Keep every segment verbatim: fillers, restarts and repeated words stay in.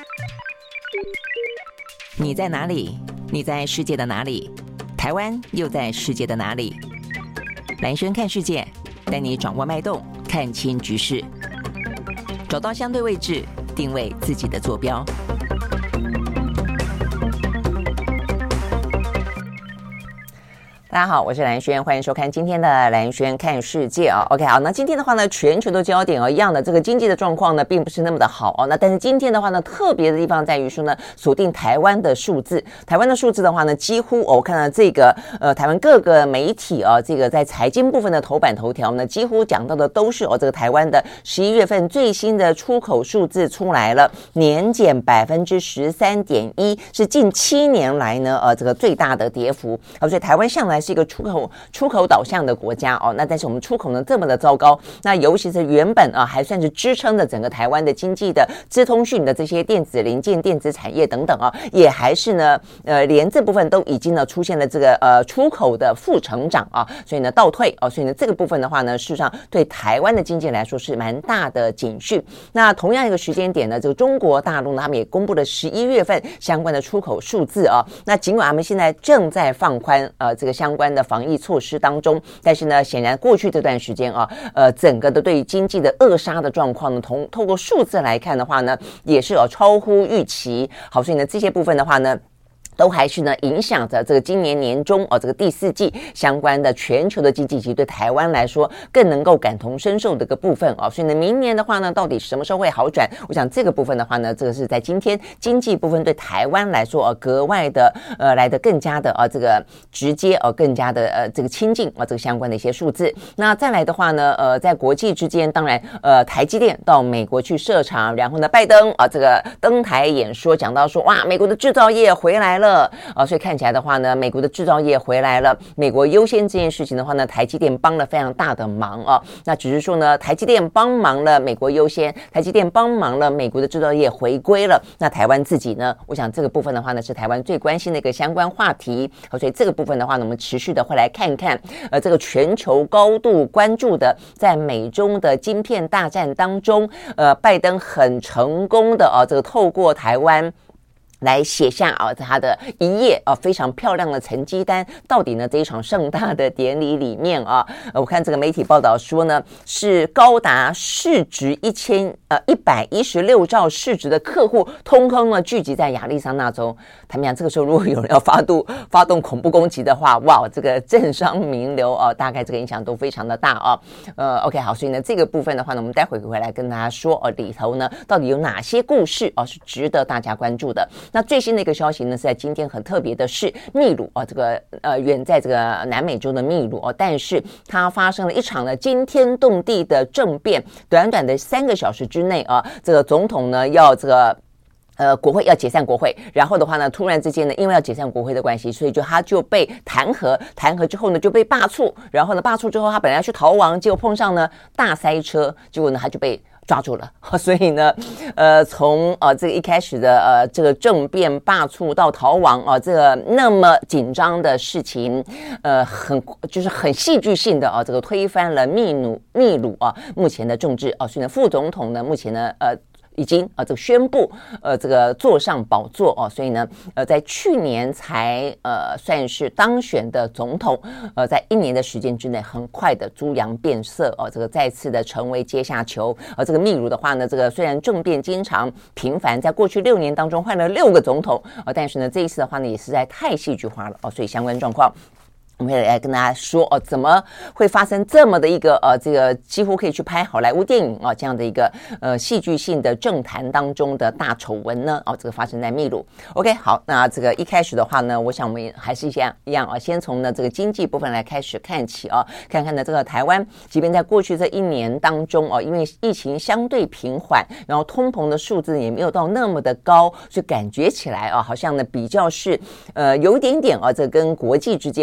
你在哪里？你在世界的哪里？台湾又在世界的哪里？蓝轩看世界，带你掌握脉动，看清局势，找到相对位置，定位自己的坐标。大家好，我是蓝轩，欢迎收看今天的蓝轩看世界啊。OK， 好，那今天的话呢，全球的焦点哦，一样的这个经济的状况呢，并不是那么的好哦。那但是今天的话呢，特别的地方在于说呢，锁定台湾的数字，台湾的数字的话呢，几乎、哦、我看到这个呃，台湾各个媒体啊，这个在财经部分的头版头条呢，几乎讲到的都是哦，这个台湾的十一月份最新的出口数字出来了，年减百分之十三点一，是近七年来呢呃这个最大的跌幅啊，所以台湾向来是一个出口出口导向的国家哦，那但是我们出口呢这么的糟糕，那尤其是原本啊还算是支撑着整个台湾的经济的资通讯的这些电子零件、电子产业等等啊，也还是呢呃连这部分都已经呢出现了这个呃出口的负成长啊，所以呢倒退啊，所以呢这个部分的话呢，事实上对台湾的经济来说是蛮大的警讯。那同样一个时间点呢，这个中国大陆呢他们也公布了十一月份相关的出口数字啊，那尽管他们现在正在放宽呃这个相关的防疫措施当中，但是呢显然过去这段时间啊呃整个的对于经济的扼杀的状况呢，从透过数字来看的话呢，也是有超乎预期。好，所以呢这些部分的话呢，都还是呢影响着这个今年年中哦，这个第四季相关的全球的经济，及对台湾来说更能够感同身受的一个部分哦。所以呢，明年的话呢，到底什么时候会好转？我想这个部分的话呢，这个是在今天经济部分对台湾来说呃格外的呃来的更加的呃这个直接呃更加的呃这个亲近呃这个相关的一些数字。那再来的话呢，呃在国际之间，当然呃台积电到美国去设厂，然后呢拜登啊、呃、这个登台演说讲到说哇美国的制造业回来了。啊，所以看起来的话呢，美国的制造业回来了，美国优先这件事情的话呢，台积电帮了非常大的忙啊。那只是说呢，台积电帮忙了美国优先，台积电帮忙了美国的制造业回归了。那台湾自己呢，我想这个部分的话呢，是台湾最关心的一个相关话题。好，所以这个部分的话呢，我们持续的会来看看，呃，这个全球高度关注的，在美中的晶片大战当中，呃，拜登很成功的啊，这个透过台湾来写下啊他的一页啊非常漂亮的成绩单，到底呢这一场盛大的典礼里面啊，我看这个媒体报道说呢，是高达市值一千呃一百一十六兆市值的客户，通通呢聚集在亚利桑那州。他们讲这个时候如果有人要发动发动恐怖攻击的话，哇，这个政商名流啊，大概这个影响都非常的大啊。呃 ，OK 好，所以呢这个部分的话呢，我们待会回来跟大家说哦，里头呢到底有哪些故事哦是值得大家关注的。那最新的一个消息呢，是在今天很特别的是，秘鲁啊，这个呃远在这个南美洲的秘鲁哦，但是它发生了一场呢惊天动地的政变，短短的三个小时之内啊，这个总统呢要这个。呃，国会要解散国会，然后的话呢，突然之间呢，因为要解散国会的关系，所以就他就被弹劾，弹劾之后呢就被罢黜，然后呢罢黜之后，他本来要去逃亡，结果碰上呢大塞车，结果呢他就被抓住了。所以呢，呃，从呃这个一开始的呃这个政变罢黜到逃亡啊、呃，这个那么紧张的事情，呃，很就是很戏剧性的啊、呃，这个推翻了秘鲁秘鲁啊目前的政治啊、呃，所以呢副总统呢目前呢呃。已经呃这个宣布呃这个坐上宝座哦，所以呢呃在去年才呃算是当选的总统，呃在一年的时间之内很快的猪羊变色哦，这个再次的成为阶下囚。呃这个秘鲁的话呢，这个虽然政变经常频繁，在过去六年当中换了六个总统，呃但是呢这一次的话呢也实在太戏剧化了哦，所以相关状况。我们会来跟大家说哦，怎么会发生这么的一个呃，这个几乎可以去拍好莱坞电影啊这样的一个呃戏剧性的政坛当中的大丑闻呢？哦，这个发生在秘鲁。OK， 好，那这个一开始的话呢，我想我们还是一样一样啊，先从呢这个经济部分来开始看起啊，看看呢这个台湾，即便在过去这一年当中哦，因为疫情相对平缓，然后通膨的数字也没有到那么的高，所以感觉起来啊，好像呢比较是呃有一点点啊，这跟国际之间啊拉开。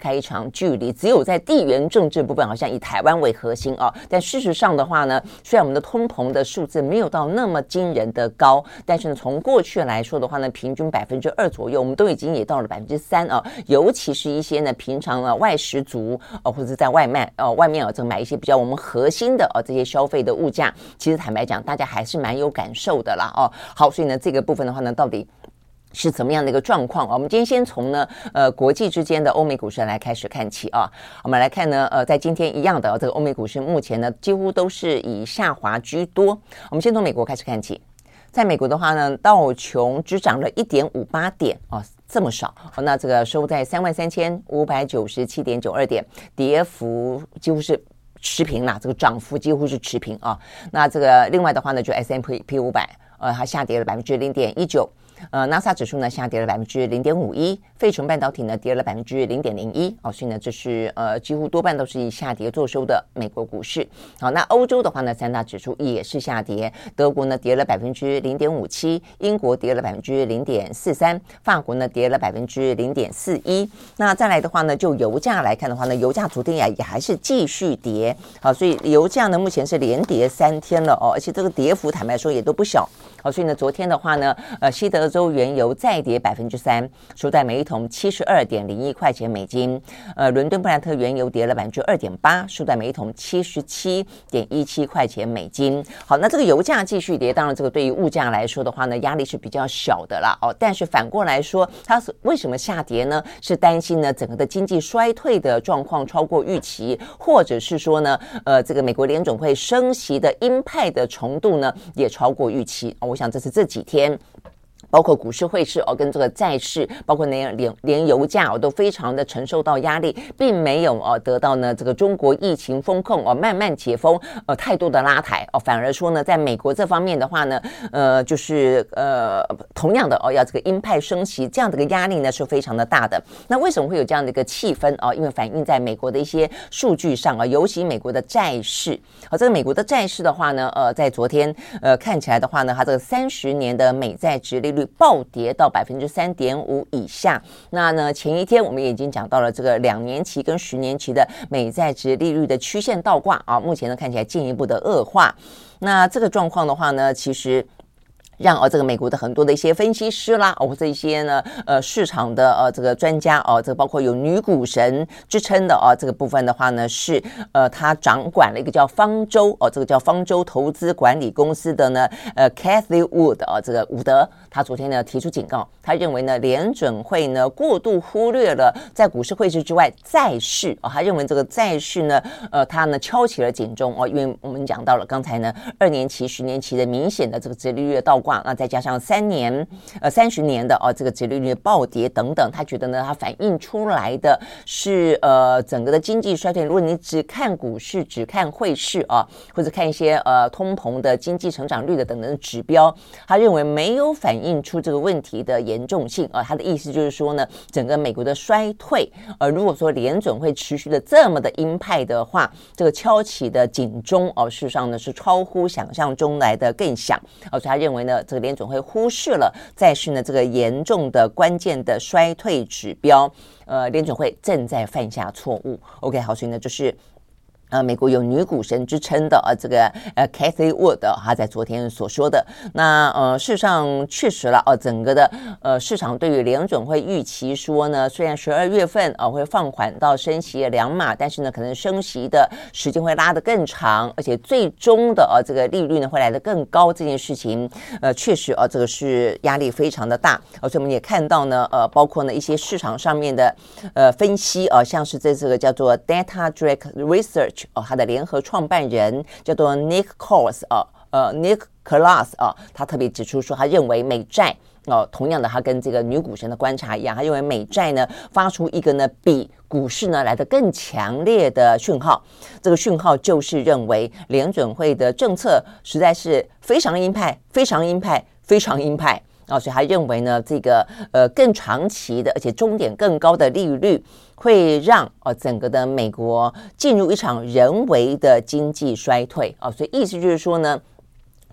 开一场距离。只有在地缘政治部分，好像以台湾为核心啊，但事实上的话呢，虽然我们的通膨的数字没有到那么惊人的高，但是呢，从过去来说的话呢，平均百分之二左右，我们都已经也到了百分之三啊。尤其是一些呢平常呢外食族呃或者在外卖呃外面啊这买一些比较我们核心的呃这些消费的物价，其实坦白讲，大家还是蛮有感受的啦哦。好，所以呢这个部分的话呢，到底是怎么样的一个状况？我们今天先从呢呃国际之间的欧美股市来开始看起啊。我们来看呢呃在今天一样的、哦、这个欧美股市目前呢几乎都是以下滑居多。我们先从美国开始看起。在美国的话呢，道琼只涨了 一点五八 点哦，这么少、哦、那这个收在 三万三千五百九十七点九二 点，跌幅几乎是持平啦，这个涨幅几乎是持平啊。那这个另外的话呢，就 S and P 五百呃它下跌了 百分之零点一九，呃 NASA 指数呢下跌了 百分之零点五一， 费城半导体呢跌了 百分之零点零一、哦、所以呢这是呃几乎多半都是以下跌作收的美国股市。好，那欧洲的话呢，三大指数也是下跌，德国呢跌了 百分之零点五七， 英国跌了 百分之零点四三， 法国呢跌了 百分之零点四一。那再来的话呢，就油价来看的话呢，油价昨天也还是继续跌。好，所以油价呢目前是连跌三天了哦，而且这个跌幅坦白说也都不小。好，所以呢昨天的话呢呃西德州原油再跌 百分之三， 收在每一桶 七十二点零一块钱美金。呃伦敦布兰特原油跌了 百分之二点八， 收在每一桶 七十七点一七块钱美金。好，那这个油价继续跌，当然这个对于物价来说的话呢，压力是比较小的啦哦。但是反过来说，它是为什么下跌呢？是担心呢整个的经济衰退的状况超过预期，或者是说呢呃这个美国联准会升息的鹰派的程度呢也超过预期、哦、我想这是这几天包括股市汇市哦，跟这个债市，包括连连连油价哦，都非常的承受到压力，并没有哦得到呢这个中国疫情风控哦慢慢解封呃太多的拉抬哦，反而说呢，在美国这方面的话呢，呃就是呃同样的哦要这个鹰派升息，这样的一个压力呢是非常的大的。那为什么会有这样的一个气氛啊？因为反映在美国的一些数据上啊，尤其美国的债市。好，这个美国的债市的话呢，呃，在昨天呃看起来的话呢，它这个三十年的美债殖利率暴跌到 百分之三点五 以下。那呢前一天我们也已经讲到了这个两年期跟十年期的美债殖利率的曲线倒挂啊，目前呢看起来进一步的恶化。那这个状况的话呢，其实让哦这个美国的很多的一些分析师啦，哦或者一些呢呃市场的呃这个专家哦，这个包括有女股神之称的哦，这个部分的话呢是呃他掌管了一个叫方舟哦，这个叫方舟投资管理公司的呢呃 Cathy Wood 哦，这个伍德，他昨天呢提出警告，他认为呢联准会呢过度忽略了在股市汇市之外债市哦，他认为这个债市呢呃他呢敲起了警钟哦，因为我们讲到了刚才呢二年期、十年期的明显的这个殖利率的倒那再加上三年呃三十年的哦这个殖利率的暴跌等等，他觉得呢它反映出来的是呃整个的经济衰退。如果你只看股市、只看汇市啊，或者看一些呃通膨的经济成长率的等等的指标，他认为没有反映出这个问题的严重性啊。他的意思就是说呢，整个美国的衰退，呃如果说联准会持续的这么的鹰派的话，这个敲起的警钟哦，事实上呢是超乎想象中来的更响哦，所以他认为呢。这个联准会忽视了债市呢这个严重的关键的衰退指标，呃，联准会正在犯下错误。OK， 好，所以呢就是呃，美国有女股神之称的呃，这个呃 Cathy Wood，她在昨天所说的，那呃，事实上确实了，呃，整个的呃市场对于联准会预期说呢，虽然十二月份呃会放缓到升息两码，但是呢，可能升息的时间会拉得更长，而且最终的呃这个利率呢会来得更高，这件事情呃确实呃这个是压力非常的大，而且我们也看到呢，呃，包括呢一些市场上面的呃分析啊、呃，像是在这个叫做 Data Drake Research。哦，他的联合创办人叫做 Nick Kors 啊，呃 Nick Kors 啊，他特别指出说，他认为美债哦，同样的，他跟这个女股神的观察一样，他认为美债呢发出一个呢比股市呢来得更强烈的讯号，这个讯号就是认为联准会的政策实在是非常鹰派，非常鹰派，非常鹰派。哦，所以他认为呢，这个呃更长期的，而且终点更高的利率，会让呃整个的美国进入一场人为的经济衰退。哦，所以意思就是说呢，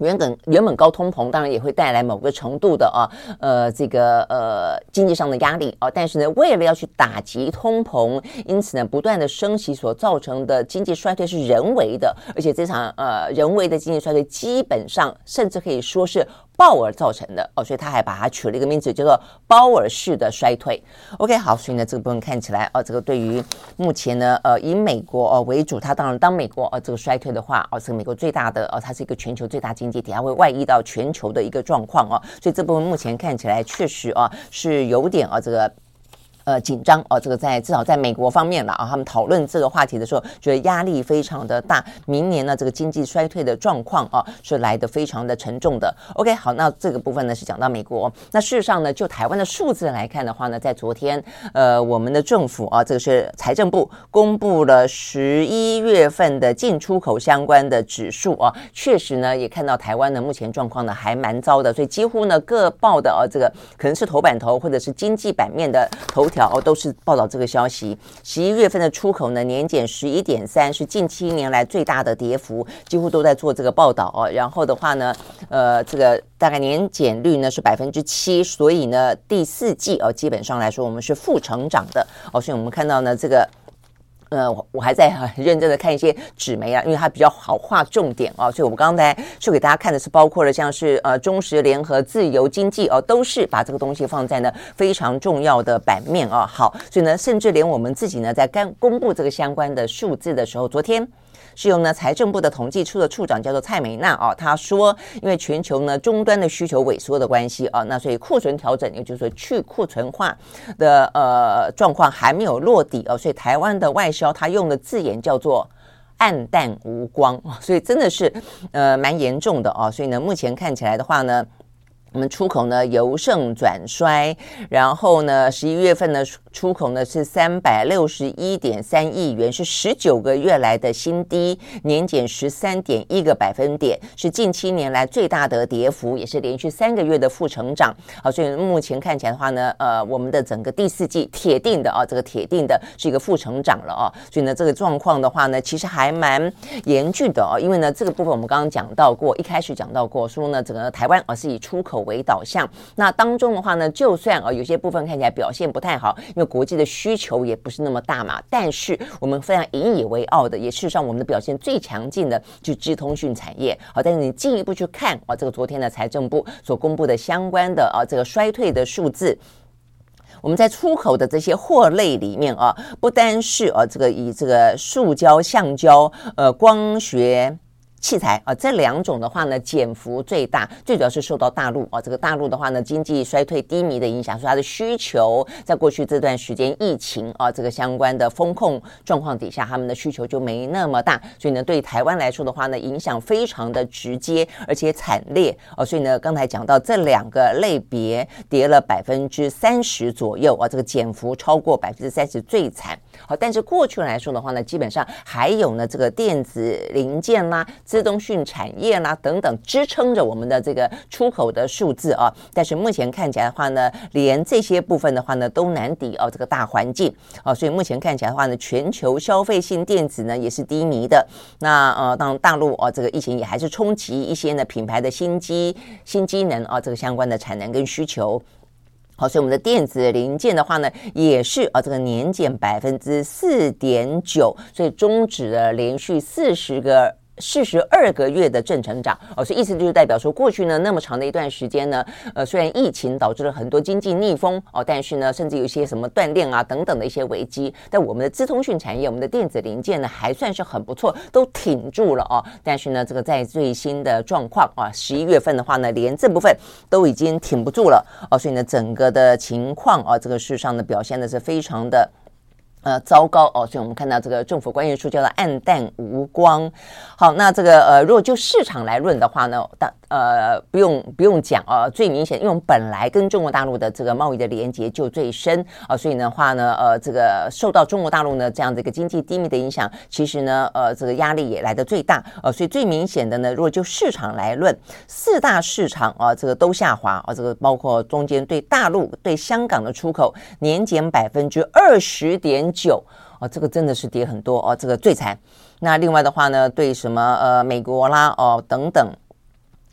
原本原本高通膨当然也会带来某个程度的啊，呃，这个呃经济上的压力啊，但是呢，为了要去打击通膨，因此呢，不断的升息所造成的经济衰退是人为的，而且这场呃人为的经济衰退基本上甚至可以说是鲍尔造成的哦，所以他还把它取了一个名字叫做鲍尔式的衰退。OK， 好，所以呢这个部分看起来哦，这个对于目前呢呃以美国哦为主，它当然当美国哦这个衰退的话哦，这个美国最大的哦，它是一个全球最大经济体，它会外溢到全球的一个状况哦，所以这部分目前看起来确实啊是有点啊这个。呃，紧张哦，这个在至少在美国方面了啊，他们讨论这个话题的时候，觉得压力非常的大。明年呢，这个经济衰退的状况啊，是来得非常的沉重的。OK， 好，那这个部分呢是讲到美国。那事实上呢，就台湾的数字来看的话呢，在昨天，呃，我们的政府啊，这个是财政部公布了十一月份的进出口相关的指数啊，确实呢，也看到台湾呢目前状况呢还蛮糟的，所以几乎呢各报的啊，这个可能是头版头或者是经济版面的头条哦，都是报道这个消息。十一月份的出口呢，年减 十一点三， 是近七年来最大的跌幅，几乎都在做这个报道哦。然后的话呢，呃，这个大概年减率呢是 百分之七， 所以呢第四季哦，基本上来说我们是负成长的哦，所以我们看到呢这个。呃，我还在很认真的看一些纸媒啊，因为它比较好画重点哦，所以我们刚才秀给大家看的是包括了像是呃中时联合、自由经济哦，都是把这个东西放在呢非常重要的版面哦。好，所以呢，甚至连我们自己呢在刚公布这个相关的数字的时候，昨天。是由呢财政部的统计处的处长叫做蔡美娜啊，他说，因为全球呢终端的需求萎缩的关系啊，那所以库存调整，也就是说去库存化的呃状况还没有落底哦，所以台湾的外销他用的字眼叫做暗淡无光，所以真的是呃蛮严重的哦，所以呢目前看起来的话呢。我们出口呢由盛转衰，然后呢十一月份呢出口呢是三百六十一点三亿元，是十九个月来的新低，年减 十三点一 个百分点，是近七年来最大的跌幅，也是连续三个月的负成长。好，所以目前看起来的话呢，呃，我们的整个第四季铁定的啊，这个铁定的是一个负成长了啊，所以呢这个状况的话呢，其实还蛮严峻的啊，因为呢这个部分我们刚刚讲到过，一开始讲到过，说呢整个台湾啊是以出口为导向，那当中的话呢，就算呃有些部分看起来表现不太好，因为国际的需求也不是那么大嘛，但是我们非常引以为傲的，也事实上我们的表现最强劲的就是资通讯产业。好，但是你进一步去看啊，这个昨天的财政部所公布的相关的啊这个衰退的数字。我们在出口的这些货类里面啊，不单是啊这个以这个塑胶、橡胶、呃光学。器材啊，这两种的话呢，减幅最大，最主要是受到大陆啊，这个大陆的话呢，经济衰退低迷的影响，所以它的需求在过去这段时间疫情啊，这个相关的风控状况底下，他们的需求就没那么大，所以呢，对台湾来说的话呢，影响非常的直接，而且惨烈哦。所以呢，刚才讲到这两个类别跌了百分之三十左右啊，这个减幅超过百分之三十最惨。好，但是过去来说的话呢，基本上还有呢这个电子零件啦。资通讯产业啦等等支撑着我们的这个出口的数字啊，但是目前看起来的话呢，连这些部分的话呢都难抵哦这个大环境啊，所以目前看起来的话呢，全球消费性电子呢也是低迷的。那呃，当然大陆啊这个疫情也还是冲击一些呢品牌的新机新机能啊这个相关的产能跟需求。好，所以我们的电子零件的话呢，也是啊，这个年减百分之四点九，所以终止了连续四十个。四十二个月的正成长哦，所以意思就是代表说，过去呢那么长的一段时间呢，呃，虽然疫情导致了很多经济逆风哦，但是呢，甚至有一些什么断链啊等等的一些危机，但我们的资通讯产业，我们的电子零件呢，还算是很不错，都挺住了哦。但是呢，这个在最新的状况啊，十一月份的话呢，连这部分都已经挺不住了哦，所以呢，整个的情况啊，这个事实上呢，表现的是非常的。呃，糟糕哦，所以我们看到这个政府官员说叫做暗淡无光。好，那这个呃，如果就市场来论的话呢，大呃不用不用讲啊，最明显，因为我们本来跟中国大陆的这个贸易的连结就最深啊，所以的话呢，呃，这个受到中国大陆呢这样的一个经济低迷的影响，其实呢，呃，这个压力也来得最大呃，所以最明显的呢，如果就市场来论，四大市场啊，这个都下滑啊，这个包括中间对大陆、对香港的出口年减百分之二十点九哦，这个真的是跌很多哦，这个最惨。那另外的话呢，对什么呃美国啦哦等等。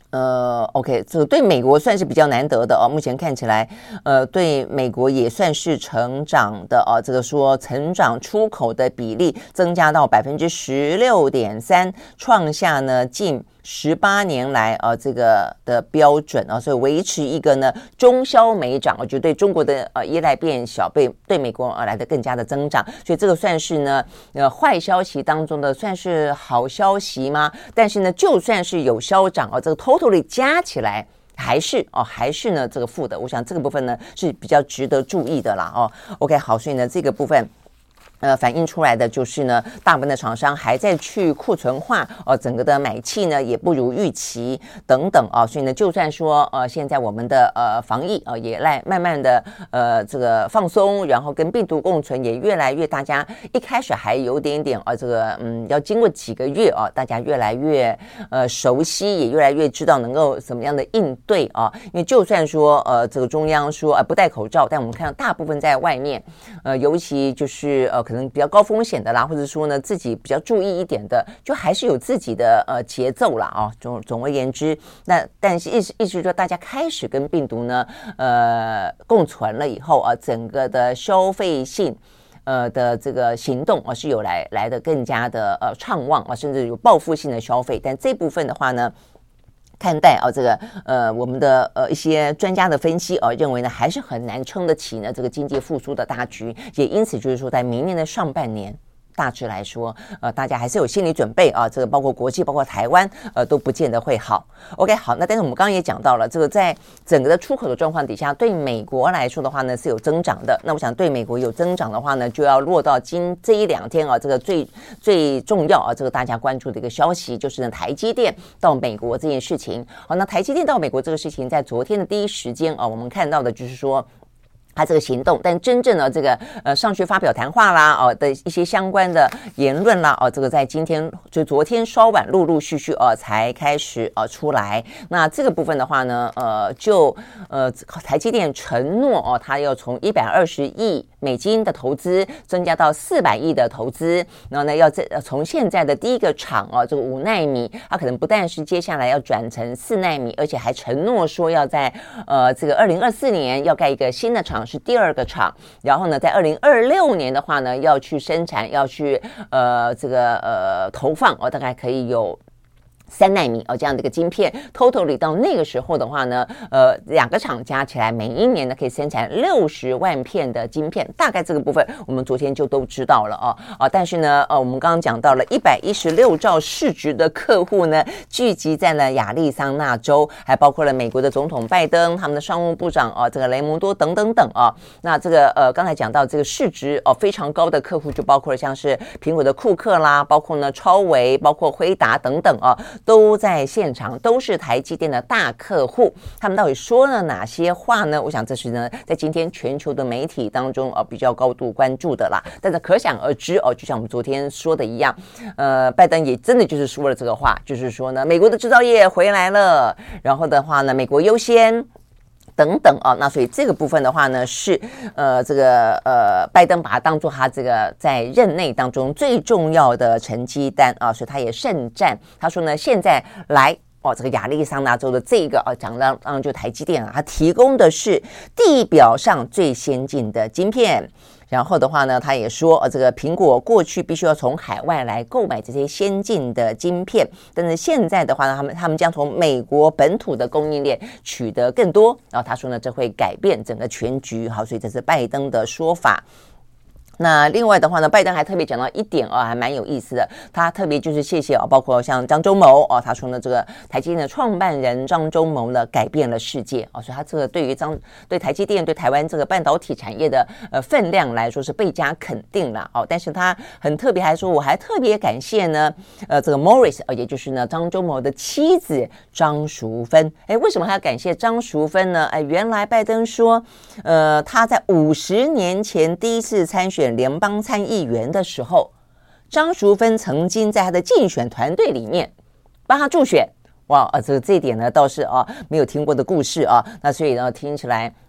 呃 ，OK， 这个对美国算是比较难得的哦。目前看起来，呃，对美国也算是成长的哦。这个说成长出口的比例增加到百分之十六点三，创下呢近十八年来啊、呃、这个的标准啊，所以维持一个呢中消美长，我觉得对中国的呃依赖变小，被对美国而来的更加的增长，所以这个算是呢呃坏消息当中的算是好消息吗？但是呢，就算是有消长啊，这个 totally 加起来。还是哦，还是呢这个负的，我想这个部分呢是比较值得注意的啦哦。OK， 好，所以呢这个部分。呃，反映出来的就是呢，大部分的厂商还在去库存化，呃，整个的买气呢也不如预期等等啊，所以呢，就算说呃，现在我们的呃防疫啊、呃、也来慢慢的呃这个放松，然后跟病毒共存也越来越，大家一开始还有点点啊、呃、这个嗯，要经过几个月啊，大家越来越呃熟悉，也越来越知道能够怎么样的应对啊，因为就算说呃这个中央说呃不戴口罩，但我们看到大部分在外面，呃，尤其就是呃。可能比较高风险的啦，或者说呢自己比较注意一点的，就还是有自己的呃节奏啦啊、哦。总总而言之，那但是意思意思说，大家开始跟病毒呢呃共存了以后啊，整个的消费性呃的这个行动啊是有来来的更加的呃畅旺啊，甚至有报复性的消费。但这部分的话呢。看待啊，这个呃，我们的呃一些专家的分析啊，认为呢还是很难撑得起呢这个经济复苏的大局，也因此就是说，在明年的上半年。大致来说，呃，大家还是有心理准备啊，这个包括国际，包括台湾，呃，都不见得会好。OK， 好，那但是我们刚刚也讲到了，这个在整个的出口的状况底下，对美国来说的话呢是有增长的。那我想对美国有增长的话呢，就要落到今这一两天啊，这个最最重要啊，这个大家关注的一个消息，就是呢台积电到美国这件事情。好，那台积电到美国这个事情，在昨天的第一时间啊，我们看到的就是说。他这个行动，但真正的这个呃上去发表谈话啦，哦的一些相关的言论啦，哦这个在今天就昨天稍晚陆陆续续哦才开始呃出来。那这个部分的话呢，呃就呃台积电承诺哦，他要从一百二十亿美金的投资增加到四百亿的投资，然后呢要这从现在的第一个厂哦这个五奈米，它可能不但是接下来要转成四奈米，而且还承诺说要在呃这个二零二四年要盖一个新的厂。是第二个厂，然后呢，在二零二六年的话呢，要去生产，要去呃这个呃投放，哦，大概可以有。三奈米哦，这样的一个晶片 ，totally 到那个时候的话呢，呃，两个厂加起来每一年呢可以生产六十万片的晶片，大概这个部分我们昨天就都知道了哦啊，但是呢，呃，我们刚刚讲到了一百一十六兆市值的客户呢，聚集在了亚利桑那州，还包括了美国的总统拜登、他们的商务部长哦，这个雷蒙多等等等啊。那这个呃，刚才讲到这个市值哦非常高的客户，就包括了像是苹果的库克啦，包括呢超微，包括辉达等等啊。都在现场，都是台积电的大客户。他们到底说了哪些话呢？我想这是呢，在今天全球的媒体当中呃比较高度关注的啦。但是可想而知哦，就像我们昨天说的一样，呃，拜登也真的就是说了这个话，就是说呢，美国的制造业回来了，然后的话呢，美国优先。等等啊，那所以这个部分的话呢，是呃这个呃拜登把它当作他这个在任内当中最重要的成绩单啊，所以他也盛赞，他说呢，现在来哦这个亚利桑那州的这个啊，讲到当然就台积电啊，它提供的是地表上最先进的晶片。然后的话呢，他也说，呃，这个苹果过去必须要从海外来购买这些先进的晶片，但是现在的话呢，他们他们将从美国本土的供应链取得更多。然后他说呢，这会改变整个全局。好，所以这是拜登的说法。那另外的话呢，拜登还特别讲到一点哦，还蛮有意思的。他特别就是谢谢哦，包括像张忠谋哦，他说呢，这个台积电的创办人张忠谋呢，改变了世界哦，所以他这个对于张对台积电对台湾这个半导体产业的呃分量来说是倍加肯定了哦。但是他很特别还说，我还特别感谢呢，呃，这个 Morris 呃，也就是呢张忠谋的妻子张淑芬。哎，为什么还要感谢张淑芬呢？哎，原来拜登说，呃，他在五十年前第一次参选联邦参议员的时候，张淑芬曾经在他的竞选团队里面帮他助选。哇，呃，这个这一点呢倒是啊没有听过的故事啊，那所以呢听起来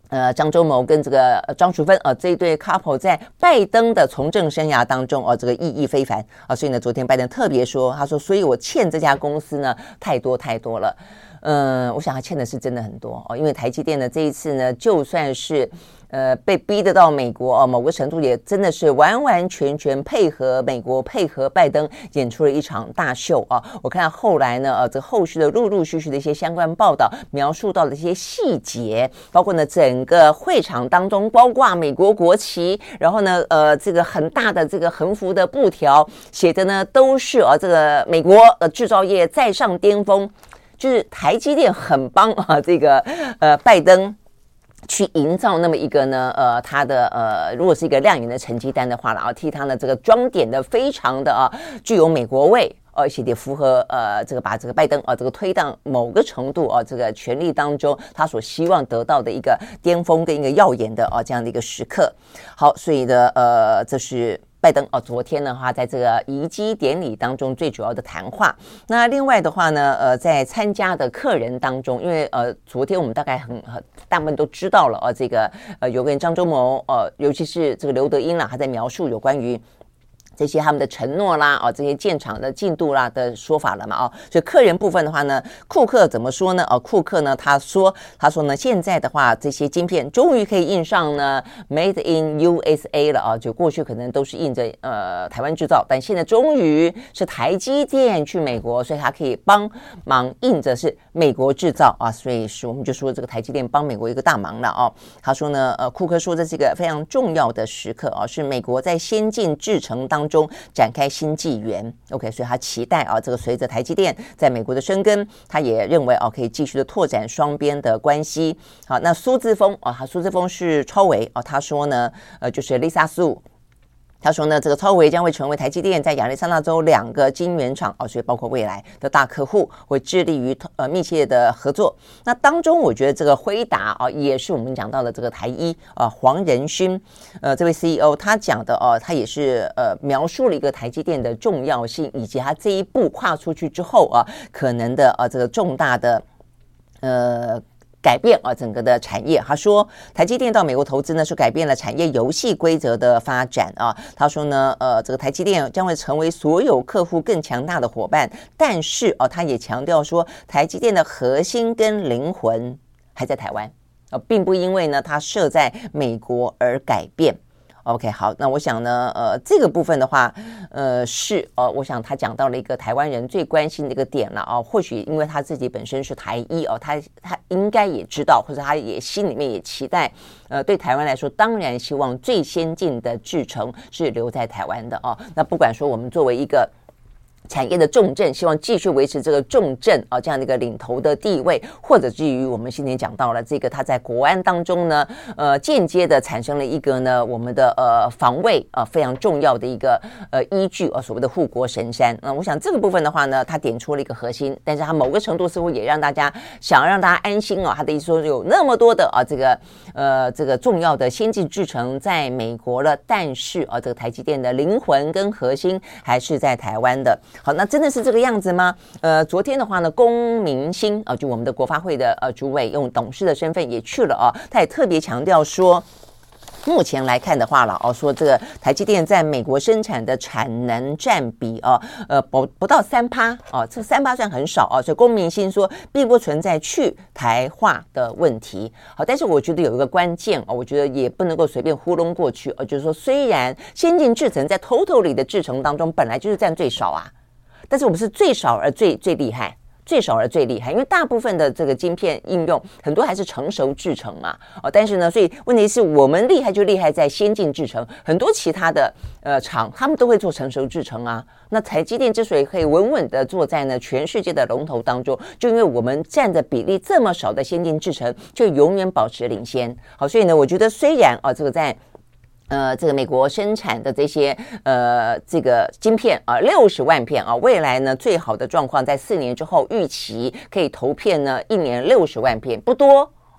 呃，张忠谋跟这个张淑芬啊、呃、这一对 couple 在拜登的从政生涯当中哦、呃，这个意义非凡啊，所以呢，昨天拜登特别说，他说，所以我欠这家公司呢太多太多了。嗯，我想他欠的是真的很多哦，因为台积电呢这一次呢，就算是呃被逼得到美国哦，某个程度也真的是完完全全配合美国，配合拜登演出了一场大秀啊。我看到后来呢，呃，这后续的陆陆续续的一些相关报道，描述到的一些细节，包括呢整个会场当中包挂美国国旗，然后呢，呃，这个很大的这个横幅的布条写的呢都是啊这个美国呃制造业再上巅峰。就是台积电很帮啊，这个呃拜登去营造那么一个呢呃他的呃如果是一个亮眼的成绩单的话，然后替他呢这个装点的非常的啊具有美国味，而且也符合呃这个把这个拜登啊这个推到某个程度啊这个权力当中他所希望得到的一个巅峰跟一个耀眼的啊这样的一个时刻。好，所以呢呃这是拜登哦，昨天的话，在这个移机典礼当中最主要的谈话。那另外的话呢，呃，在参加的客人当中，因为呃，昨天我们大概很很大部分都知道了呃，这个呃，有个人张忠谋，呃，尤其是这个刘德英啦，他在描述有关于这些他们的承诺啦，哦，这些建厂的进度啦的说法了嘛，哦，所以客人部分的话呢，库克怎么说呢？哦，库克呢，他说，他说呢，现在的话，这些晶片终于可以印上呢 Made in U S A 了啊，就过去可能都是印着呃台湾制造，但现在终于是台积电去美国，所以他可以帮忙印着是美国制造啊，所以是我们就说这个台积电帮美国一个大忙了哦。他说呢，呃，库克说这是一个非常重要的时刻啊，是美国在先进制程当中展开新纪元 OK， 所以他期待啊，这个随着台积电在美国的生根，他也认为啊可以继续的拓展双边的关系。好，那苏志峰啊，他苏志峰是超微啊，他说呢，呃，就是 Lisa Su。他说呢，这个超微将会成为台积电在亚利桑那州两个晶圆厂哦，所以包括未来的大客户，会致力于呃密切的合作。那当中，我觉得这个辉达啊，也是我们讲到的这个台一啊，黄仁勋呃这位 C E O 他讲的哦，他也是呃描述了一个台积电的重要性，以及他这一步跨出去之后啊，可能的呃这个重大的呃。改变啊，整个的产业。他说，台积电到美国投资呢，是改变了产业游戏规则的发展啊。他说呢，呃，这个台积电将会成为所有客户更强大的伙伴。但是哦，他也强调说，台积电的核心跟灵魂还在台湾啊，并不因为呢它设在美国而改变。OK， 好，那我想呢，呃，这个部分的话，呃，是呃，我想他讲到了一个台湾人最关心的一个点了啊、哦。或许因为他自己本身是台一哦，他他应该也知道，或者他也心里面也期待，呃，对台湾来说，当然希望最先进的制程是留在台湾的哦。那不管说我们作为一个产业的重镇，希望继续维持这个重镇啊这样的一个领头的地位，或者至于我们今天讲到了这个，它在国安当中呢，呃，间接的产生了一个呢我们的呃防卫啊、呃、非常重要的一个呃依据啊，所谓的护国神山。那、呃、我想这个部分的话呢，它点出了一个核心，但是它某个程度似乎也让大家想要让大家安心啊。他的意思说有那么多的啊这个呃这个重要的先进制程在美国了，但是啊这个台积电的灵魂跟核心还是在台湾的。好，那真的是这个样子吗？呃，昨天的话呢，龚明鑫啊、呃，就我们的国发会的呃主委，用董事的身份也去了啊，他也特别强调说，目前来看的话了哦，说这个台积电在美国生产的产能占比啊，呃不不到三趴哦，这三趴算很少啊，所以龚明鑫说并不存在去台化的问题。好，但是我觉得有一个关键啊、哦，我觉得也不能够随便糊弄过去，呃，就是说虽然先进制程在 total 里的制程当中本来就是占最少啊。但是我们是最少而最最厉害，最少而最厉害，因为大部分的这个晶片应用很多还是成熟制程嘛，哦，但是呢，所以问题是我们厉害就厉害在先进制程，很多其他的呃厂他们都会做成熟制程啊。那台积电之所以可以稳稳的坐在呢全世界的龙头当中，就因为我们占的比例这么少的先进制程，就永远保持领先。好，所以呢，我觉得虽然啊、哦，这个在呃，这个美国生产的这些呃这个晶片啊，六十万片啊，未来呢最好的状况在四年之后预期可以投片呢一年六十万片，不多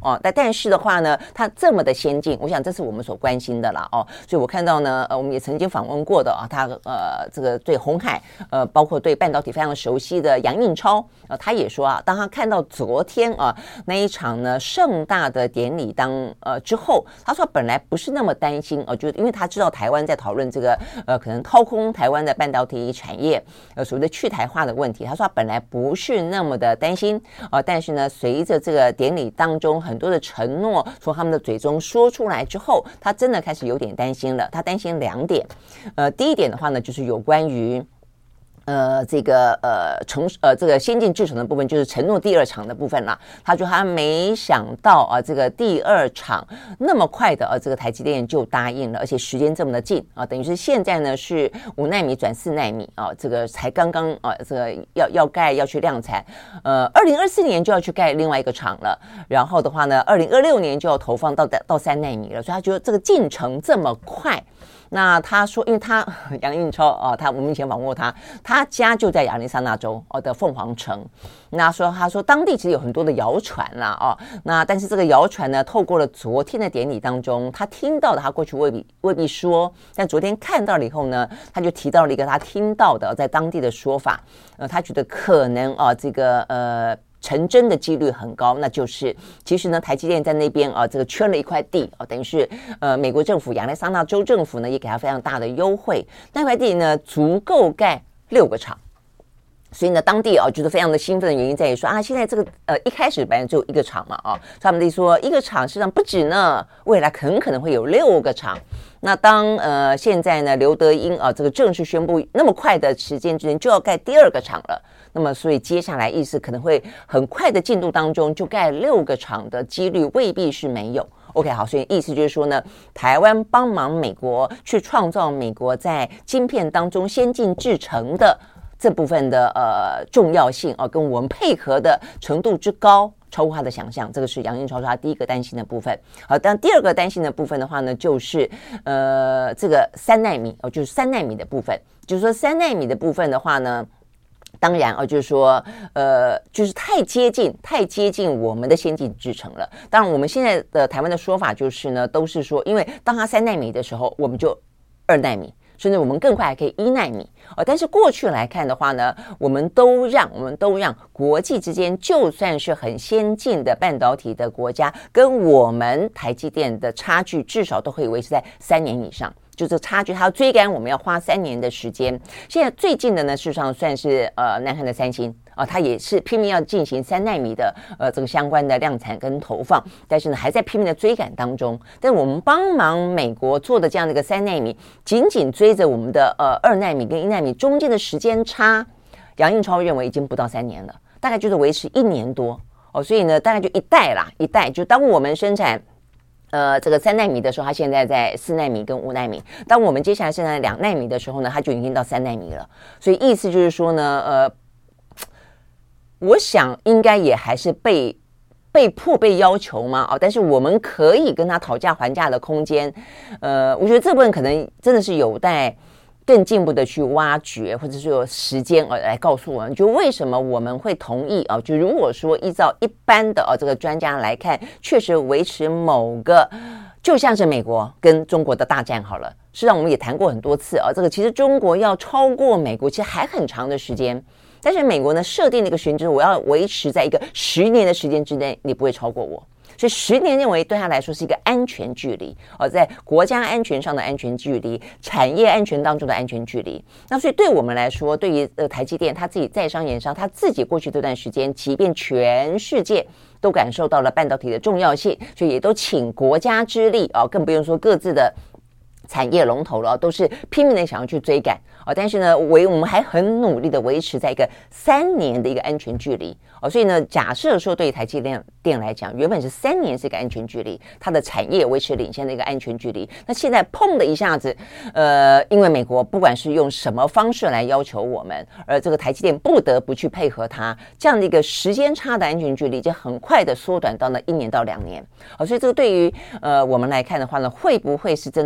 哦，但但是的话呢，它这么的先进，我想这是我们所关心的啦哦。所以我看到呢，呃，我们也曾经访问过的啊，他呃这个对鸿海呃，包括对半导体非常熟悉的杨应超啊、呃，他也说啊，当他看到昨天啊那一场呢盛大的典礼当呃之后，他说本来不是那么担心哦、呃，就因为他知道台湾在讨论这个呃可能掏空台湾的半导体产业呃所谓的去台化的问题，他说他本来不是那么的担心啊、呃，但是呢，随着这个典礼当中很多的承诺从他们的嘴中说出来之后，他真的开始有点担心了。他担心两点，呃，第一点的话呢，就是有关于。呃，这个呃成呃这个先进制程的部分，就是承诺第二场的部分啦。他说他没想到啊，这个第二场那么快的啊，这个台积电就答应了，而且时间这么的近啊，等于是现在呢是五奈米转四奈米啊，这个才刚刚啊，这个要要盖要去量产，呃，二零二四年就要去盖另外一个厂了，然后的话呢，二零二六年就要投放到到三奈米了，所以他觉得这个进程这么快。那他说，因为他杨应超啊，他我们以前访问过他，他家就在亚利桑那州哦的凤凰城。那说他说当地其实有很多的谣传啦哦，那但是这个谣传呢，透过了昨天的典礼当中，他听到的，他过去未必未必说，但昨天看到了以后呢，他就提到了一个他听到的在当地的说法，呃，他觉得可能啊这个呃。成真的几率很高，那就是其实呢，台积电在那边啊，这个圈了一块地啊，等于是呃，美国政府亚利桑那州政府呢也给他非常大的优惠，那块地呢足够盖六个厂。所以呢，当地啊觉得非常的兴奋的原因在于说啊，现在这个呃一开始本来只有一个厂嘛啊，所以他们就说一个厂实际上不止呢，未来很可能会有六个厂。那当呃现在呢刘德英啊这个正式宣布那么快的时间之内就要盖第二个厂了，那么所以接下来意思可能会很快的进度当中就盖六个厂的几率未必是没有。OK， 好，所以意思就是说呢，台湾帮忙美国去创造美国在晶片当中先进制程的这部分的呃重要性啊、呃，跟我们配合的程度之高，超乎他的想象。这个是杨应超说他第一个担心的部分。好，但第二个担心的部分的话呢，就是呃这个三奈米哦，就是三奈米的部分，就是说三奈米的部分的话呢。当然哦，就是说，呃，就是太接近、太接近我们的先进制程了。当然，我们现在的台湾的说法就是呢，都是说，因为当它三奈米的时候，我们就二奈米，甚至我们更快还可以一奈米。哦，但是过去来看的话呢，我们都让我们都让国际之间，就算是很先进的半导体的国家，跟我们台积电的差距，至少都可以维持在三年以上。就这差距，它要追赶，我们要花三年的时间。现在最近的呢，事实上算是呃南韩的三星啊、呃，它也是拼命要进行三奈米的呃这个相关的量产跟投放，但是呢还在拼命的追赶当中。但是我们帮忙美国做的这样的一个三奈米，紧紧追着我们的呃二奈米跟一奈米中间的时间差，杨应超认为已经不到三年了，大概就是维持一年多哦，所以呢大概就一代啦，一代就当我们生产。呃，这个三奈米的时候，它现在在四奈米跟五奈米。当我们接下来生产两奈米的时候呢，它就已经到三奈米了。所以意思就是说呢，呃，我想应该也还是被被迫被要求嘛，哦，但是我们可以跟他讨价还价的空间。呃，我觉得这部分可能真的是有待更进一步的去挖掘，或者是有时间呃来告诉我们，就为什么我们会同意啊？就如果说依照一般的啊这个专家来看，确实维持某个，就像是美国跟中国的大战好了，实际上我们也谈过很多次啊，这个其实中国要超过美国，其实还很长的时间。但是美国呢设定了一个悬置，我要维持在一个十年的时间之内，你不会超过我。所以十年认为对他来说是一个安全距离，而在国家安全上的安全距离，产业安全当中的安全距离。那所以对我们来说，对于呃台积电他自己在商言商，他自己过去这段时间，即便全世界都感受到了半导体的重要性，所以也都请国家之力啊，更不用说各自的产业龙头了，都是拼命的想要去追赶啊，但是呢，维我们还很努力的维持在一个三年的一个安全距离哦，所以呢，假设说对于台积电来讲，原本是三年是一个安全距离，它的产业维持领先的一个安全距离，那现在砰的一下子，呃，因为美国不管是用什么方式来要求我们，而这个台积电不得不去配合它，这样的一个时间差的安全距离，就很快的缩短到了一年到两年，哦，所以这个对于呃我们来看的话呢，会不会是真的一个蛮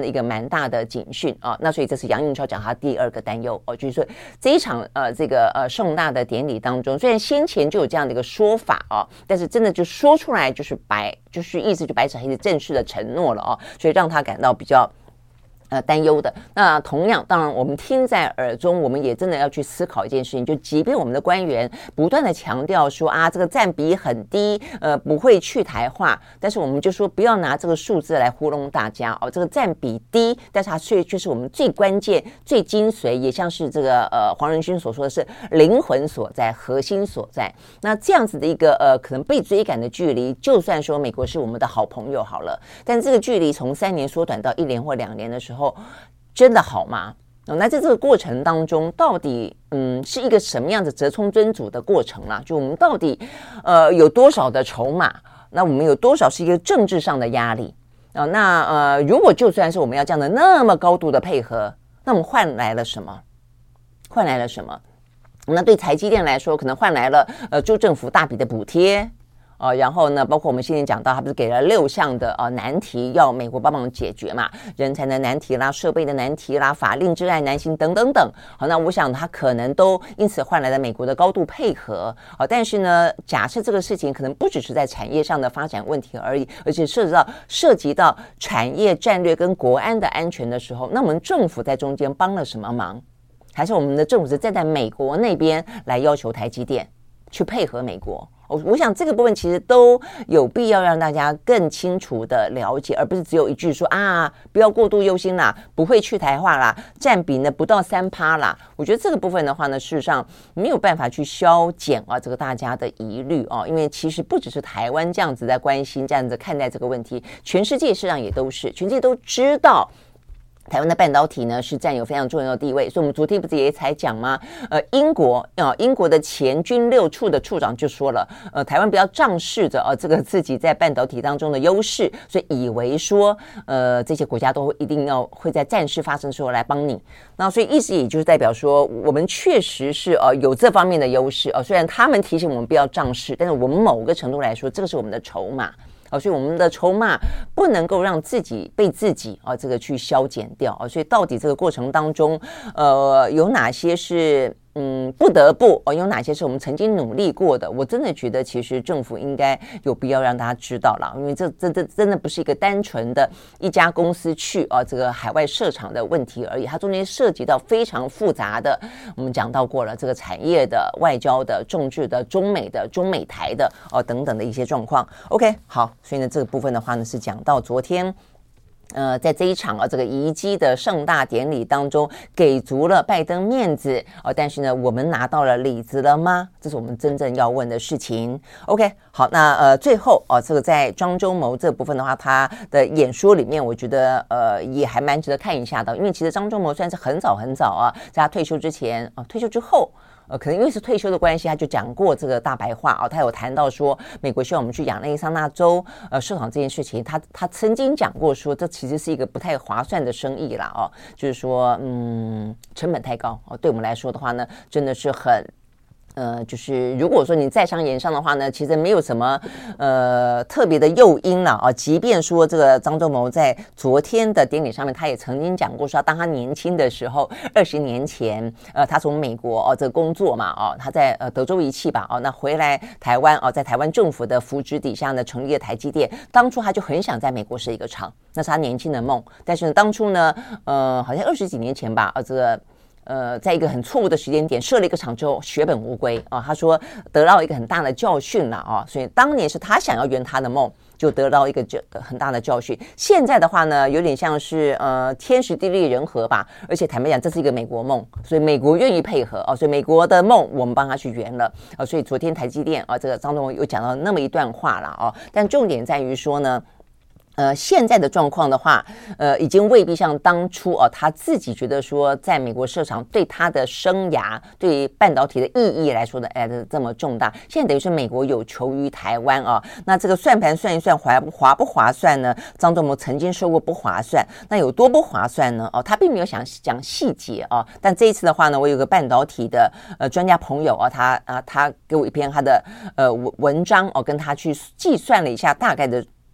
大的警讯啊。那所以这是杨应超讲他第二个担忧哦，就是说这一场呃这个呃盛大的典礼当中，虽然先前就有这样的一个说法哦，但是真的就说出来就是白，就是意思就白纸黑字正式的承诺了哦，所以让他感到比较呃，担忧的。那同样，当然我们听在耳中，我们也真的要去思考一件事情，就即便我们的官员不断的强调说啊，这个占比很低，呃，不会去台化，但是我们就说不要拿这个数字来糊弄大家哦。这个占比低，但是它却却是我们最关键、最精髓，也像是这个呃黄仁勋所说的是灵魂所在、核心所在。那这样子的一个呃可能被追赶的距离，就算说美国是我们的好朋友好了，但这个距离从三年缩短到一年或两年的时候，真的好吗？哦、那在这个过程当中，到底嗯是一个什么样的折冲尊主的过程啦？就我们到底呃有多少的筹码？那我们有多少是一个政治上的压力啊、呃？那呃，如果就算是我们要这样的那么高度的配合，那我们换来了什么？换来了什么？那对台积电来说，可能换来了呃州政府大笔的补贴。呃，然后呢，包括我们先前讲到，他不是给了六项的呃难题要美国帮忙解决嘛，人才的难题啦、设备的难题啦、法令之外难行等等等。好，那我想他可能都因此换来了美国的高度配合。好，但是呢，假设这个事情可能不只是在产业上的发展问题而已，而且涉及到涉及到产业战略跟国安的安全的时候，那我们政府在中间帮了什么忙？还是我们的政府是站在美国那边来要求台积电去配合美国？我想这个部分其实都有必要让大家更清楚的了解，而不是只有一句说啊，不要过度忧心啦，不会去台化啦，占比呢不到三趴啦。我觉得这个部分的话呢，事实上没有办法去消减啊这个大家的疑虑啊，因为其实不只是台湾这样子在关心，这样子看待这个问题，全世界事实上也都是，全世界都知道。台湾的半导体呢是占有非常重要的地位，所以我们昨天不是也才讲吗？呃，英国啊、呃，英国的前军六处的处长就说了，呃，台湾不要仗势着呃这个自己在半导体当中的优势，所以以为说呃这些国家都会一定要会在战事发生的时候来帮你。那所以意思也就是代表说，我们确实是呃有这方面的优势呃，虽然他们提醒我们不要仗势，但是我们某个程度来说，这个是我们的筹码。哦，所以我们的筹码不能够让自己被自己啊、哦、这个去消减掉啊、哦，所以到底这个过程当中，呃，有哪些是嗯不得不哦，有哪些是我们曾经努力过的？我真的觉得其实政府应该有必要让大家知道了，因为这这这真的不是一个单纯的一家公司去啊、哦、这个海外设厂的问题而已，它中间涉及到非常复杂的，我们讲到过了这个产业的、外交的、政治的、中美的、中美台的哦等等的一些状况。OK， 好。所以呢，这个部分的话呢，是讲到昨天，呃，在这一场啊这个移机的盛大典礼当中，给足了拜登面子哦，但是呢，我们拿到了里子了吗？这是我们真正要问的事情。OK， 好，那呃，最后哦，这个在庄周谋这部分的话，他的演说里面，我觉得呃也还蛮值得看一下的，因为其实张忠谋算是很早很早啊，在他退休之前啊、呃，退休之后。呃，可能因为是退休的关系，他就讲过这个大白话啊、哦。他有谈到说，美国希望我们去亚利桑那州呃设厂这件事情，他他曾经讲过说，这其实是一个不太划算的生意啦哦，就是说嗯成本太高哦，对我们来说的话呢，真的是很。呃，就是如果说你在商言商的话呢，其实没有什么呃特别的诱因了啊。即便说这个张忠谋在昨天的典礼上面，他也曾经讲过说，当他年轻的时候，二十年前，呃，他从美国哦这个工作嘛，哦，他在呃德州仪器吧，哦，那回来台湾哦，在台湾政府的扶植底下呢，成立了台积电。当初他就很想在美国设一个厂，那是他年轻的梦。但是呢，当初呢，呃，好像二十几年前吧，呃，这个。呃，在一个很错误的时间点设了一个厂之后，血本无归啊。他说得到一个很大的教训了啊，所以当年是他想要圆他的梦，就得到一个很大的教训。现在的话呢，有点像是呃天时地利人和吧，而且坦白讲，这是一个美国梦，所以美国愿意配合啊，所以美国的梦我们帮他去圆了啊。所以昨天台积电啊，这个张忠谋有讲到那么一段话了啊，但重点在于说呢。呃，现在的状况的话，呃，已经未必像当初哦，他自己觉得说，在美国设厂对他的生涯、对半导体的意义来说的，哎，这么重大。现在等于是美国有求于台湾啊、哦，那这个算盘算一算，划划不划算呢？张忠谋曾经说过不划算，那有多不划算呢？哦，他并没有想讲细节啊、哦，但这一次的话呢，我有个半导体的呃专家朋友啊、哦，他啊他给我一篇他的呃文章哦，跟他去计算了一下大概的。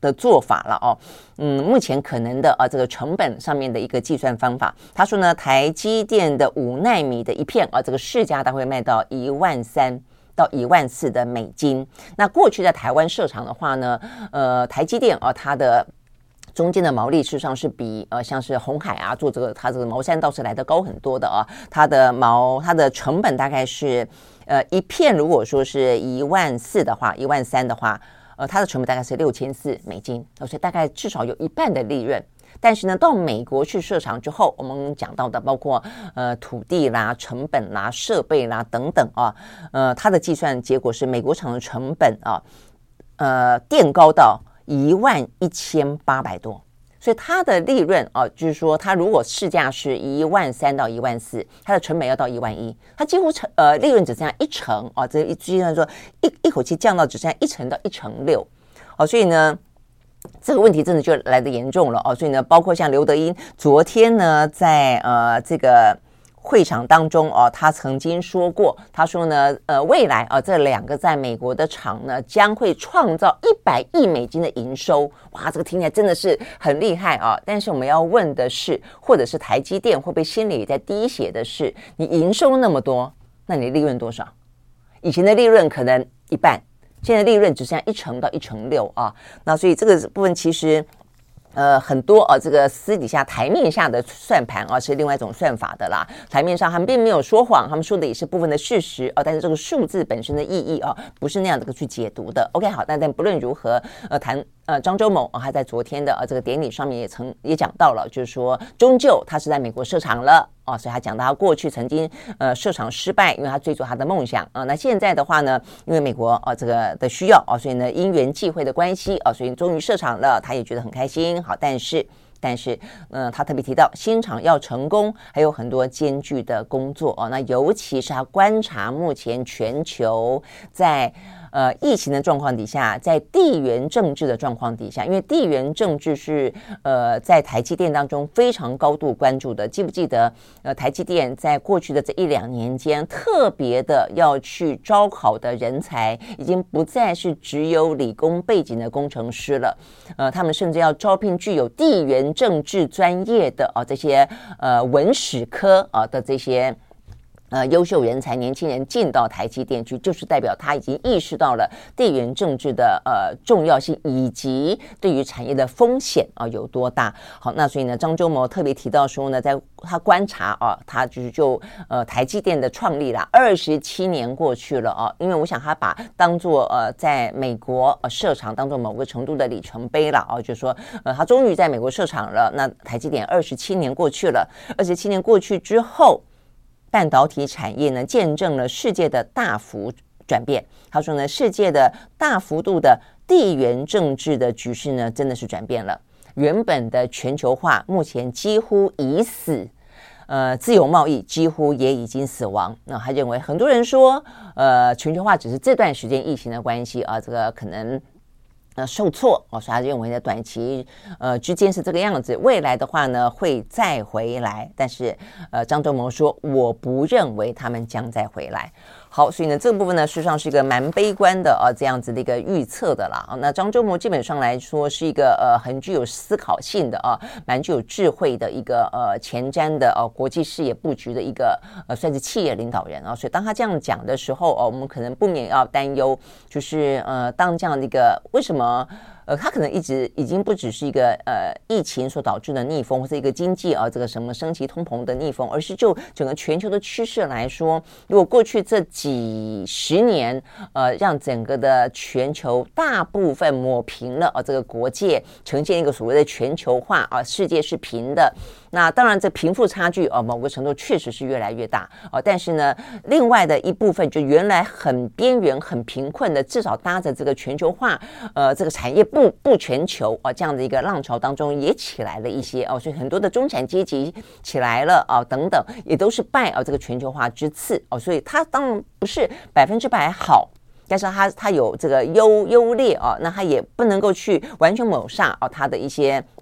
的做法了哦。嗯，目前可能的啊这个成本上面的一个计算方法，他说呢，台积电的五奈米的一片啊，这个市价大概会卖到一万三到一万四的美金。那过去在台湾设厂的话呢，呃，台积电啊，它的中间的毛利事实上是比呃像是鸿海啊做这个它这个毛山倒是来得高很多的啊，它的毛它的成本大概是呃一片如果说是一万四的话，一万三的话。呃，它的成本大概是六千四美金，所以大概至少有一半的利润。但是呢，到美国去设厂之后，我们讲到的包括呃土地啦、成本啦、设备啦等等啊，呃，它的计算结果是美国厂的成本啊，呃，垫高到一万一千八百多。所以它的利润啊，就是说，它如果市价是一万三到一万四，它的成本要到一万一，它几乎成呃利润只剩下一成啊，这一计算说一一口气降到只剩下一成到一成六，哦，所以呢，这个问题真的就来得严重了哦，所以呢，包括像刘德音昨天呢，在呃这个。会场当中哦，他曾经说过，他说呢，呃，未来啊，这两个在美国的厂呢，将会创造一百亿美金的营收。哇，这个听起来真的是很厉害啊！但是我们要问的是，或者是台积电会不会心里在滴血的是，你营收那么多，那你利润多少？以前的利润可能一半，现在利润只剩下一成到一成六啊。那所以这个部分其实。呃，很多啊，这个私底下台面下的算盘啊，是另外一种算法的啦。台面上他们并没有说谎，他们说的也是部分的事实啊，但是这个数字本身的意义啊，不是那样的去解读的。OK， 好，但但不论如何，呃，谈呃张忠谋啊，他在昨天的呃这个典礼上面也曾也讲到了，就是说，终究他是在美国设厂了。哦，所以他讲到他过去曾经呃设厂失败，因为他追逐他的梦想啊、呃。那现在的话呢，因为美国啊、呃、这个的需要啊、呃，所以呢因缘际会的关系啊、呃，所以终于设厂了，他也觉得很开心。好，但是但是嗯、呃，他特别提到新厂要成功，还有很多艰巨的工作啊、呃。那尤其是他观察目前全球在。呃，疫情的状况底下，在地缘政治的状况底下，因为地缘政治是呃在台积电当中非常高度关注的。记不记得呃台积电在过去的这一两年间，特别的要去招考的人才，已经不再是只有理工背景的工程师了。呃，他们甚至要招聘具有地缘政治专业的啊、呃、这些呃文史科啊、呃、的这些。呃，优秀人才、年轻人进到台积电去，就是代表他已经意识到了地缘政治的呃重要性，以及对于产业的风险啊、呃、有多大。好，那所以呢，张忠谋特别提到说呢，在他观察啊，他就是就呃台积电的创立啦，二十七年过去了啊，因为我想他把当做呃在美国呃设厂当做某个程度的里程碑了啊，就是说呃他终于在美国设厂了。那台积电二十七年过去了，二十七年过去之后。半导体产业呢，见证了世界的大幅转变。他说呢，世界的大幅度的地缘政治的局势呢，真的是转变了。原本的全球化目前几乎已死，呃，自由贸易几乎也已经死亡。那他认为，很多人说，呃，全球化只是这段时间疫情的关系啊，这个可能。呃，受挫哦，所以他认为呢，短期呃之间是这个样子，未来的话呢会再回来，但是呃张忠谋说，我不认为他们将再回来。好，所以呢这个部分呢，事实上是一个蛮悲观的啊、呃、这样子的一个预测的啦。那张忠谋基本上来说是一个呃很具有思考性的啊，蛮具有智慧的一个呃前瞻的呃国际视野布局的一个呃算是企业领导人啊。所以当他这样讲的时候哦，我们可能不免要担忧，就是呃当这样的一个为什么？呃，它可能一直已经不只是一个呃疫情所导致的逆风，或是一个经济啊这个什么升级通膨的逆风，而是就整个全球的趋势来说，如果过去这几十年呃让整个的全球大部分抹平了啊，这个国界呈现一个所谓的全球化啊，世界是平的。那当然，这贫富差距啊，某个程度确实是越来越大啊。但是呢，另外的一部分就原来很边缘、很贫困的，至少搭着这个全球化，呃，这个产业不不全球啊这样的一个浪潮当中，也起来了一些哦。所以很多的中产阶级起来了啊，等等，也都是拜啊这个全球化之赐哦。所以它当然不是百分之百好。但是它它有这个优优劣啊，那它也不能够去完全抹杀啊它的一些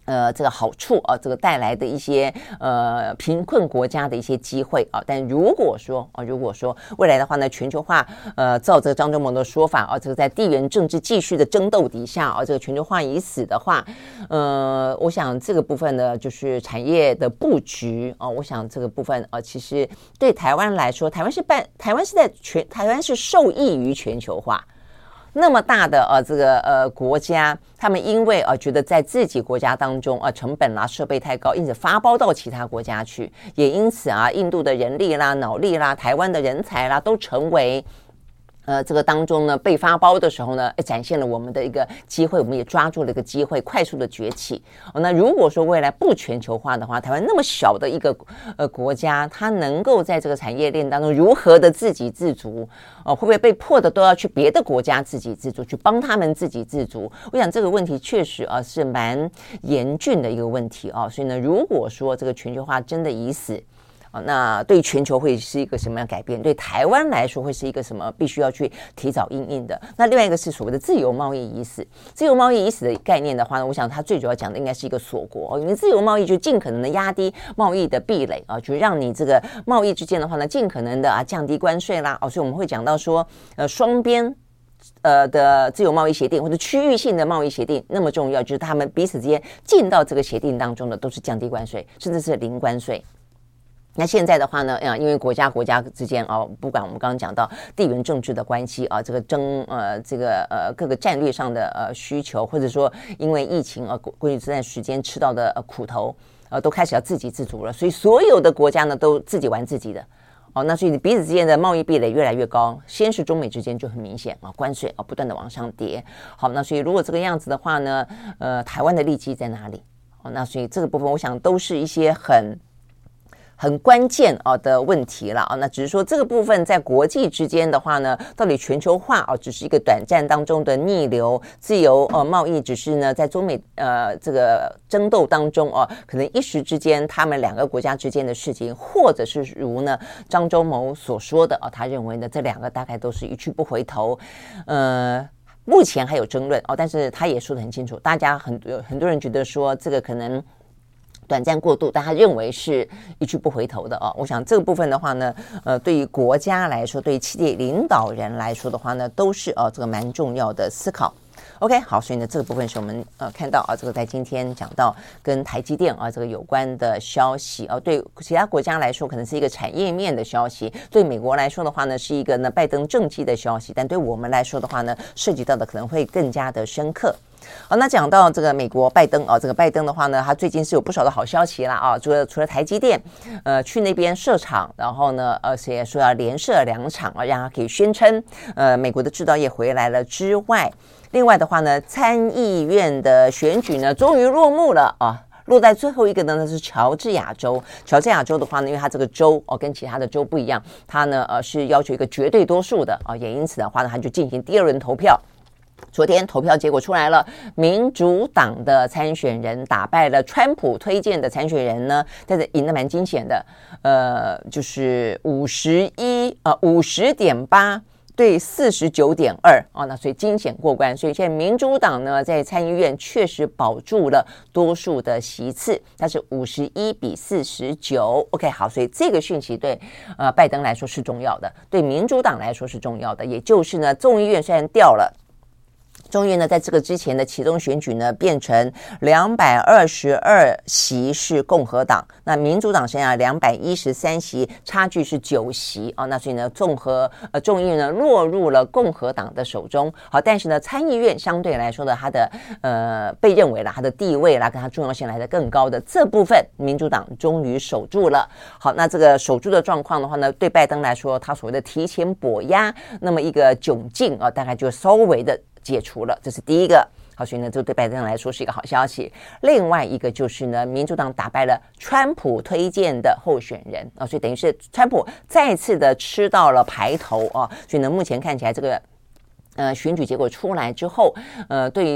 呃，这个好处啊，这个带来的一些呃贫困国家的一些机会啊，但如果说啊，如果说未来的话呢，全球化呃，照这个张忠谋的说法啊，这个在地缘政治继续的争斗底下啊，这个全球化已死的话，呃，我想这个部分呢，就是产业的布局啊，我想这个部分啊，其实对台湾来说，台湾是办，台湾是在全，台湾是受益于全球化。那么大的呃这个呃国家，他们因为呃觉得在自己国家当中啊、呃、成本啦设备太高，因此发包到其他国家去，也因此啊印度的人力啦、脑力啦、台湾的人才啦，都成为。呃，这个当中呢，被发包的时候呢，展现了我们的一个机会，我们也抓住了一个机会，快速的崛起。哦，那如果说未来不全球化的话，台湾那么小的一个呃国家，它能够在这个产业链当中如何的自给自足？哦，会不会被迫的都要去别的国家自给自足，去帮他们自给自足？我想这个问题确实啊是蛮严峻的一个问题啊。所以呢，如果说这个全球化真的已死，那对全球会是一个什么样改变？对台湾来说会是一个什么必须要去提早因应的？那另外一个是所谓的自由贸易已死。自由贸易已死的概念的话呢，我想它最主要讲的应该是一个锁国，因为自由贸易就尽可能的压低贸易的壁垒啊，就让你这个贸易之间的话呢，尽可能的啊降低关税啦。哦，所以我们会讲到说，呃，双边。呃的自由贸易协定或者区域性的贸易协定那么重要，就是他们彼此之间进到这个协定当中的都是降低关税，甚至是零关税。那现在的话呢，因为国家国家之间啊，不管我们刚刚讲到地缘政治的关系啊，这个争呃这个呃各个战略上的呃需求，或者说因为疫情啊过去这段时间吃到的呃苦头，呃都开始要自给自足了，所以所有的国家呢都自己玩自己的。哦，那所以彼此之间的贸易壁垒越来越高，先是中美之间就很明显啊，关税啊不断的往上叠。好，那所以如果这个样子的话呢，呃，台湾的利基在哪里？哦，那所以这个部分我想都是一些很。很关键啊的问题了啊，那只是说这个部分在国际之间的话呢，到底全球化啊只是一个短暂当中的逆流，自由呃贸易只是呢在中美呃这个争斗当中啊，可能一时之间他们两个国家之间的事情，或者是如呢张忠谋所说的啊，他认为呢这两个大概都是一去不回头，呃。目前还有争论哦，但是他也说得很清楚，大家很多很多人觉得说这个可能。短暂过渡，但他认为是一去不回头的哦。我想这个部分的话呢，呃，对于国家来说，对于企业领导人来说的话呢，都是哦这个蛮重要的思考。OK， 好，所以呢，这个部分是我们呃看到啊，这个在今天讲到跟台积电啊这个有关的消息啊，对其他国家来说可能是一个产业面的消息，对美国来说的话呢，是一个呢拜登政绩的消息，但对我们来说的话呢，涉及到的可能会更加的深刻。好，那讲到这个美国拜登啊，这个拜登的话呢，他最近是有不少的好消息啦啊，除了除了台积电，呃，去那边设厂，然后呢，而且说要连设两厂啊，让他可以宣称，呃，美国的制造业回来了之外，另外的话呢，参议院的选举呢，终于落幕了啊。落在最后一个呢是乔治亚州。乔治亚州的话呢，因为它这个州哦跟其他的州不一样，它呢呃是要求一个绝对多数的啊，也因此的话呢，它就进行第二轮投票。昨天投票结果出来了，民主党的参选人打败了川普推荐的参选人呢，但是赢得蛮惊险的，呃，就是五十一啊五十点八。对四十九点二啊，那所以惊险过关，所以现在民主党呢在参议院确实保住了多数的席次，它是五十一比四十九。OK， 好，所以这个讯息对呃拜登来说是重要的，对民主党来说是重要的，也就是呢众议院虽然掉了。众议院呢，在这个之前的启动选举呢，变成两百二十二席是共和党，那民主党剩下两百一十三席，差距是九席啊。那所以呢，综合呃众议院呢落入了共和党的手中。好，但是呢，参议院相对来说的它的呃被认为了它的地位啦，跟它重要性来的更高的这部分，民主党终于守住了。好，那这个守住的状况的话呢，对拜登来说，他所谓的提前跛押那么一个窘境啊，大概就稍微的解除了，这是第一个。好，所以呢，这对拜登来说是一个好消息。另外一个就是呢，民主党打败了川普推荐的候选人啊，所以等于是川普再次的吃到了排头啊。所以呢，目前看起来这个呃选举结果出来之后，呃，对于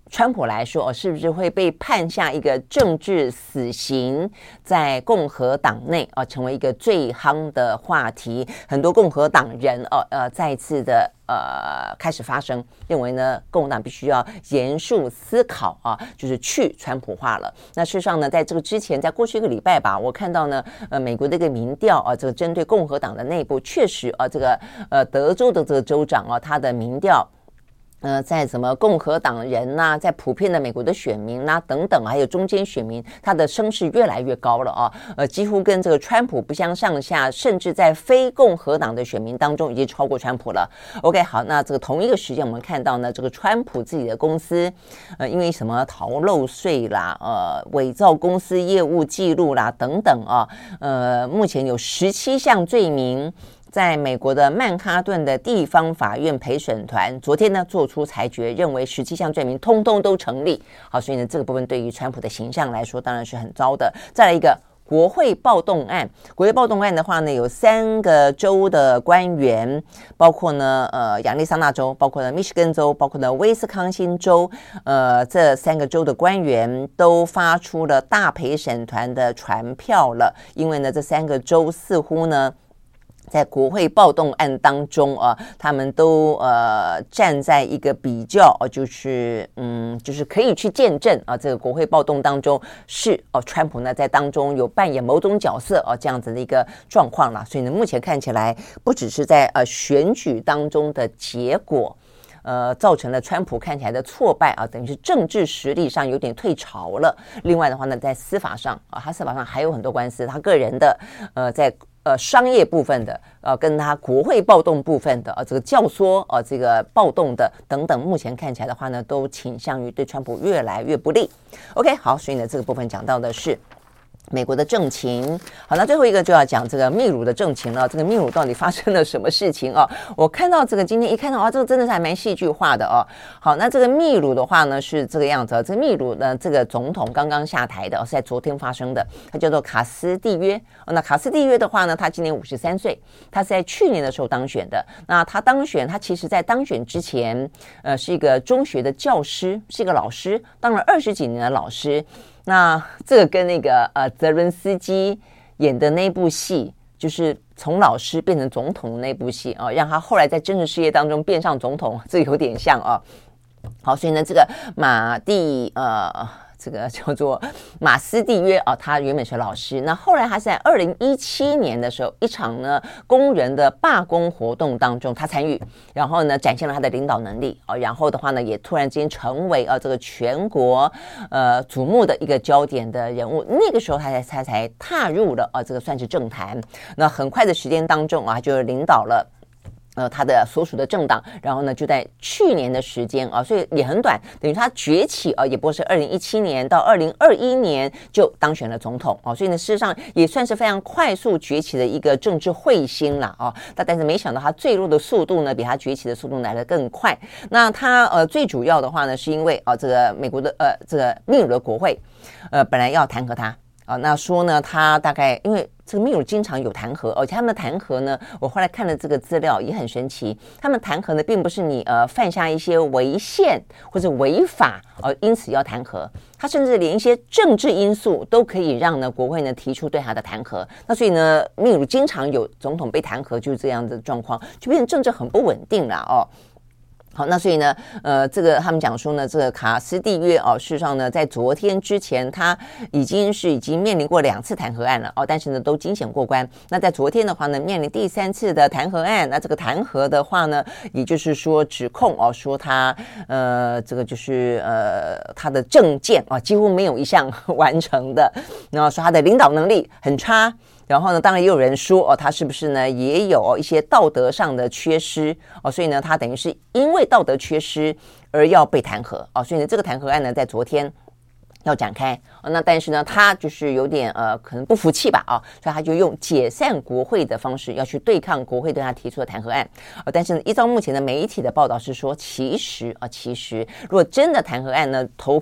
川普来说，哦，是不是会被判下一个政治死刑，在共和党内啊，成为一个最夯的话题。很多共和党人哦，呃，再一次的呃开始发声，认为呢，共和党必须要严肃思考啊，就是去川普化了。那事实上呢，在这个之前，在过去一个礼拜吧，我看到呢，呃，美国的一个民调啊，这个针对共和党的内部，确实啊，这个呃德州的这个州长啊，他的民调。呃，在什么共和党人呐、啊，在普遍的美国的选民呐、啊、等等，还有中间选民，他的声势越来越高了啊，呃，几乎跟这个川普不相上下，甚至在非共和党的选民当中已经超过川普了。OK， 好，那这个同一个时间我们看到呢，这个川普自己的公司，呃，因为什么逃漏税啦，呃，伪造公司业务记录啦等等啊，呃，目前有十七项罪名。在美国的曼哈顿的地方法院陪审团昨天呢做出裁决，认为十七项罪名通通都成立。好，所以呢这个部分对于川普的形象来说当然是很糟的。再来一个国会暴动案，国会暴动案的话呢，有三个州的官员，包括呢呃亚利桑那州，包括呢密歇根州，包括呢威斯康星州，呃这三个州的官员都发出了大陪审团的传票了，因为呢这三个州似乎呢。在国会暴动案当中啊，他们都呃站在一个比较哦，就是嗯，就是可以去见证啊，这个国会暴动当中是哦，川普呢在当中有扮演某种角色哦，这样子的一个状况啦。所以呢，目前看起来不只是在呃选举当中的结果。呃，造成了川普看起来的挫败啊，等于是政治实力上有点退潮了。另外的话呢，在司法上啊，他司法上还有很多官司，他个人的呃，在呃商业部分的呃，跟他国会暴动部分的呃，这个教唆呃，这个暴动的等等，目前看起来的话呢，都倾向于对川普越来越不利。OK， 好，所以呢，这个部分讲到的是。美国的政情，好，那最后一个就要讲这个秘鲁的政情了。这个秘鲁到底发生了什么事情啊？我看到这个今天一看到啊，这个真的是还蛮戏剧化的哦。好，那这个秘鲁的话呢是这个样子，这个秘鲁呢这个总统刚刚下台的，是在昨天发生的，他叫做卡斯蒂约。那卡斯蒂约的话呢，他今年五十三岁，他是在去年的时候当选的。那他当选，他其实在当选之前，呃，是一个中学的教师，是一个老师，当了二十几年的老师。那这个跟那个呃泽伦斯基演的那部戏，就是从老师变成总统的那部戏啊，让他后来在政治事业当中变上总统，这有点像啊。好，所以呢，这个马蒂呃。这个叫做马斯蒂约啊，他原本是老师，那后来他是在二零一七年的时候，一场呢工人的罢工活动当中，他参与，然后呢展现了他的领导能力啊，然后的话呢，也突然之间成为啊这个全国呃瞩目的一个焦点的人物。那个时候他才他才踏入了啊这个算是政坛，那很快的时间当中啊，就领导了。呃，他的所属的政党，然后呢，就在去年的时间啊，所以也很短，等于他崛起啊，也不是二零一七年到二零二一年就当选了总统啊，所以呢，事实上也算是非常快速崛起的一个政治彗星了啊。但但是没想到他坠落的速度呢，比他崛起的速度来得更快。那他呃最主要的话呢，是因为啊，这个美国的呃这个秘鲁的国会呃本来要弹劾他。啊，那说呢，他大概因为这个秘鲁经常有弹劾，而且他们的弹劾呢，我后来看了这个资料也很神奇，他们弹劾呢并不是你呃犯下一些违宪或者违法，呃因此要弹劾，他甚至连一些政治因素都可以让呢国会呢提出对他的弹劾。那所以呢，秘鲁经常有总统被弹劾，就是这样的状况，就变成政治很不稳定了哦。好，那所以呢，呃，这个他们讲说呢，这个卡斯蒂约哦，事实上呢，在昨天之前，他已经是已经面临过两次弹劾案了哦，但是呢，都惊险过关。那在昨天的话呢，面临第三次的弹劾案。那这个弹劾的话呢，也就是说指控哦，说他呃，这个就是呃，他的政见啊，几乎没有一项完成的，然后说他的领导能力很差。然后呢，当然也有人说哦，他是不是呢也有一些道德上的缺失哦，所以呢，他等于是因为道德缺失而要被弹劾哦，所以呢，这个弹劾案呢，在昨天要展开、哦、那但是呢，他就是有点呃，可能不服气吧啊、哦，所以他就用解散国会的方式要去对抗国会对他提出的弹劾案、哦、但是呢，依照目前的媒体的报道是说，其实啊，其实如果真的弹劾案呢投票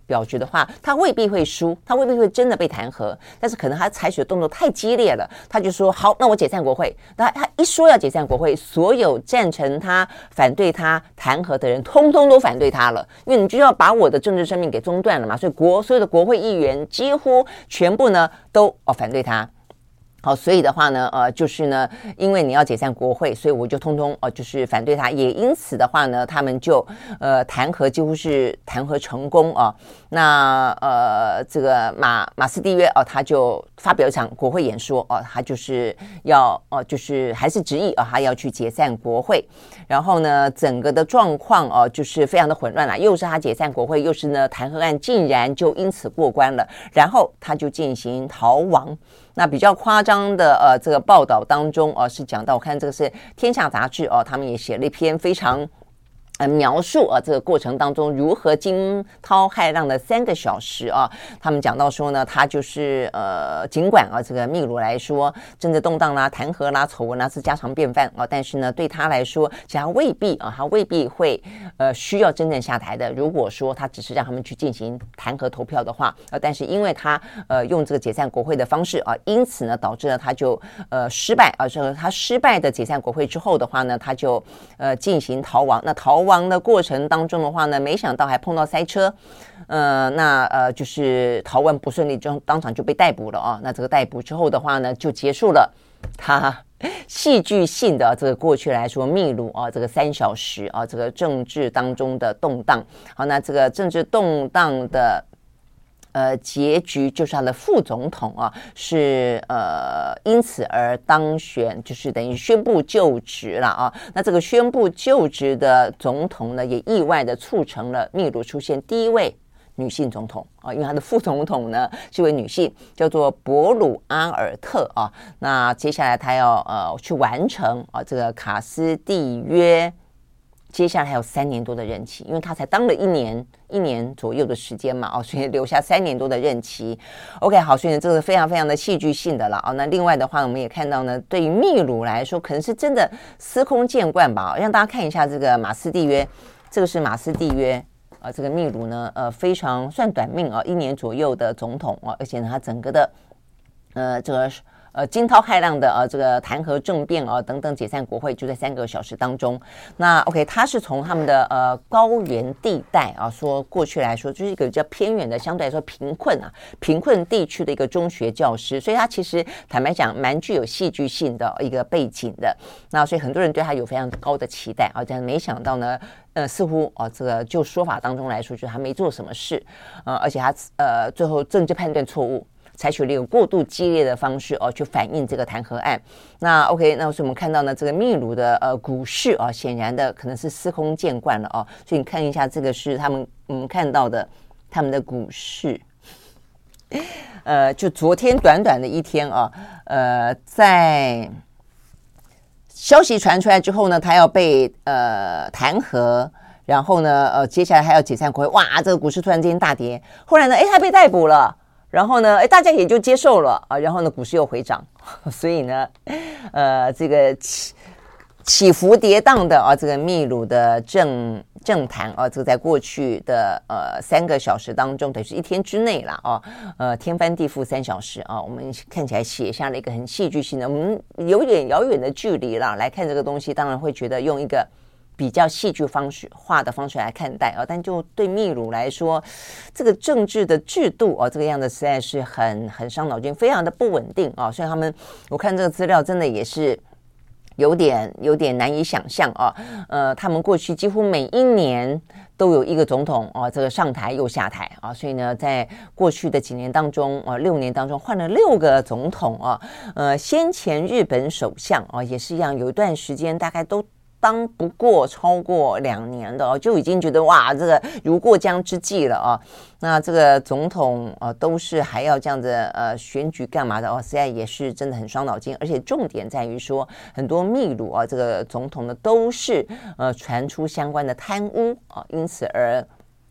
表决的话，他未必会输，他未必会真的被弹劾，但是可能他采取的动作太激烈了，他就说好，那我解散国会。那他一说要解散国会，所有赞成他、反对他弹劾的人，通通都反对他了，因为你就要把我的政治生命给中断了嘛，所以国所有的国会议员几乎全部呢都哦反对他。好，所以的话呢，呃，就是呢，因为你要解散国会，所以我就通通呃，就是反对他。也因此的话呢，他们就呃弹劾几乎是弹劾成功啊。那呃，这个马马斯蒂约哦、啊，他就发表一场国会演说哦、啊，他就是要哦、啊，就是还是执意啊，他要去解散国会。然后呢，整个的状况哦、啊，就是非常的混乱啦，又是他解散国会，又是呢弹劾案竟然就因此过关了，然后他就进行逃亡。那比较夸张的呃这个报道当中哦、呃、是讲到，我看这个是天下杂志哦、呃，他们也写了一篇非常呃，描述啊，这个过程当中如何惊涛骇浪的三个小时啊，他们讲到说呢，他就是呃，尽管啊，这个秘鲁来说，政治动荡啦、弹劾啦、丑闻啦是家常便饭啊，但是呢，对他来说，其实他未必啊，他未必会呃需要真正下台的。如果说他只是让他们去进行弹劾投票的话，呃，但是因为他呃用这个解散国会的方式啊，因此呢，导致了他就呃失败啊，这个他失败的解散国会之后的话呢，他就呃进行逃亡，那逃亡的过程当中的话呢，没想到还碰到塞车，呃，那呃就是逃亡不顺利，就当场就被逮捕了啊。那这个逮捕之后的话呢，就结束了他戏剧性的这个过去来说秘鲁啊这个三小时啊这个政治当中的动荡。好，那这个政治动荡的呃，结局就是他的副总统啊，是呃因此而当选，就是等于宣布就职了啊。那这个宣布就职的总统呢，也意外的促成了秘鲁出现第一位女性总统啊，因为他的副总统呢是位女性，叫做博鲁阿尔特啊。那接下来他要呃去完成啊这个卡斯蒂约。接下来还有三年多的任期，因为他才当了一年一年左右的时间嘛，哦，所以留下三年多的任期。OK， 好，所以这个非常非常的戏剧性的了啊、哦。那另外的话，我们也看到呢，对于秘鲁来说，可能是真的司空见惯吧。让大家看一下这个马斯蒂约，这个是马斯蒂约啊、呃，这个秘鲁呢，呃，非常算短命啊、哦，一年左右的总统啊、哦，而且呢，他整个的呃这个。呃，惊涛骇浪的呃这个弹劾政变啊、呃、等等解散国会就在三个小时当中。那 OK， 他是从他们的呃高原地带啊，说过去来说就是一个比较偏远的，相对来说贫困啊贫困地区的一个中学教师，所以他其实坦白讲蛮具有戏剧性的一个背景的。那所以很多人对他有非常高的期待啊，但没想到呢。呃，似乎哦，这个就说法当中来说，就是他没做什么事，呃，而且他呃最后政治判断错误。采取了一个过度激烈的方式哦，去反映这个弹劾案。那 OK， 那所以我们看到呢，这个秘鲁的呃股市啊，显然的可能是司空见惯了哦。所以你看一下，这个是他们我们看到的他们的股市，呃，就昨天短短的一天啊，呃，在消息传出来之后呢，他要被呃弹劾。然后呢，呃，接下来还要解散国会，哇，这个股市突然间大跌。后来呢，哎，他被逮捕了。然后呢，哎，大家也就接受了啊。然后呢，股市又回涨，所以呢，呃，这个起起伏跌宕的啊，这个秘鲁的政政坛啊，这个在过去的呃三个小时当中，等于是一天之内啦啊，呃，天翻地覆三小时啊，我们看起来写下了一个很戏剧性的，我们有点遥远的距离啦，来看这个东西，当然会觉得用一个。比较戏剧方式化的方式来看待啊，但就对秘鲁来说，这个政治的制度啊，这个样子实在是很很伤脑筋，非常的不稳定啊。所以他们，我看这个资料真的也是有点有点难以想象啊。呃，他们过去几乎每一年都有一个总统啊，这个上台又下台啊，所以呢，在过去的几年当中啊，六年当中换了六个总统啊。呃，先前日本首相啊也是一样，有一段时间大概都。当不过超过两年的哦，就已经觉得哇，这个如过江之鲫了啊。那这个总统呃都是还要这样子呃选举干嘛的哦，实在也是真的很伤脑筋。而且重点在于说，很多秘鲁啊这个总统呢都是呃传出相关的贪污啊，因此而。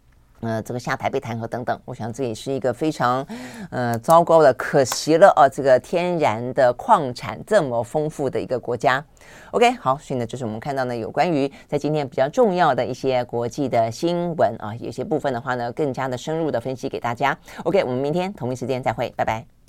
呃，这个下台被弹劾等等，我想这也是一个非常，呃，糟糕的，可惜了啊！这个天然的矿产这么丰富的一个国家。OK， 好，所以呢，这是我们看到呢有关于在今天比较重要的一些国际的新闻啊，有些部分的话呢，更加的深入的分析给大家。OK，我们明天同一时间再会，拜拜。